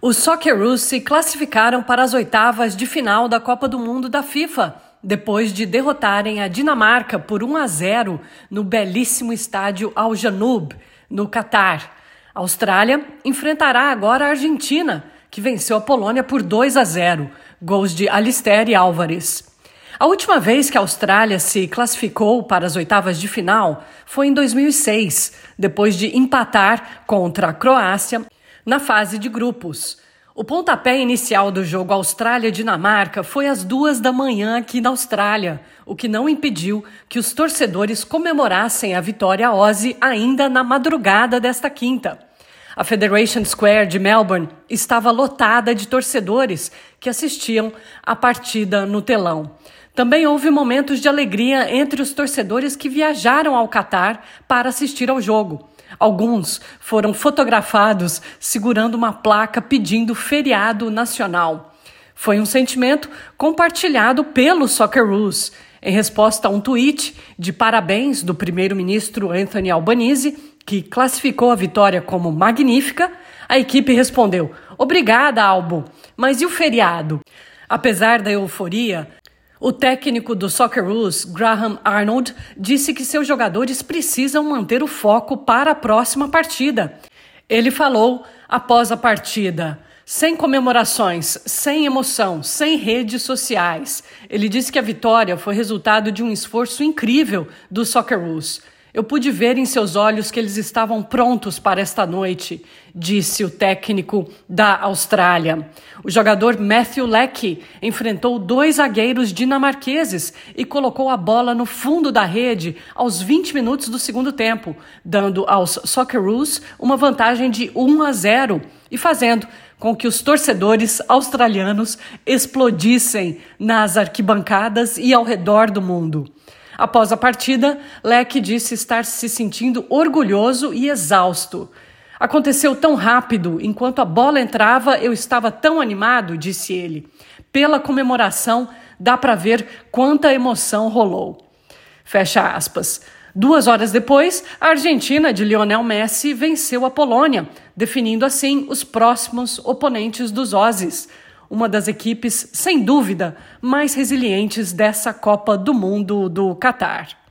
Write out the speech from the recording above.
Os Socceroos se classificaram para as oitavas de final da Copa do Mundo da FIFA, depois de derrotarem a Dinamarca por 1-0 no belíssimo estádio Al Janoub, no Catar. A Austrália enfrentará agora a Argentina, que venceu a Polônia por 2-0, gols de Alistair e Álvares. A última vez que a Austrália se classificou para as oitavas de final foi em 2006, depois de empatar contra a Croácia na fase de grupos. O pontapé inicial do jogo Austrália-Dinamarca foi às 2h aqui na Austrália, o que não impediu que os torcedores comemorassem a vitória Aussie ainda na madrugada desta quinta. A Federation Square de Melbourne estava lotada de torcedores que assistiam à partida no telão. Também houve momentos de alegria entre os torcedores que viajaram ao Catar para assistir ao jogo. Alguns foram fotografados segurando uma placa pedindo feriado nacional. Foi um sentimento compartilhado pelos Socceroos. Em resposta a um tweet de parabéns do primeiro-ministro Anthony Albanese, que classificou a vitória como magnífica, a equipe respondeu: "Obrigada, Albo, mas e o feriado?" Apesar da euforia, o técnico do Socceroos, Graham Arnold, disse que seus jogadores precisam manter o foco para a próxima partida. Ele falou após a partida: "Sem comemorações, sem emoção, sem redes sociais." Ele disse que a vitória foi resultado de um esforço incrível dos Socceroos. "Eu pude ver em seus olhos que eles estavam prontos para esta noite", disse o técnico da Austrália. O jogador Matthew Leckie enfrentou 2 zagueiros dinamarqueses e colocou a bola no fundo da rede aos 20 minutos do segundo tempo, dando aos Socceroos uma vantagem de 1-0 e fazendo com que os torcedores australianos explodissem nas arquibancadas e ao redor do mundo. Após a partida, Leckie disse estar se sentindo orgulhoso e exausto. "Aconteceu tão rápido, enquanto a bola entrava eu estava tão animado", disse ele. "Pela comemoração, dá para ver quanta emoção rolou." Fecha aspas. 2 horas depois, a Argentina de Lionel Messi venceu a Polônia, definindo assim os próximos oponentes dos Aussies. Uma das equipes, sem dúvida, mais resilientes dessa Copa do Mundo do Catar.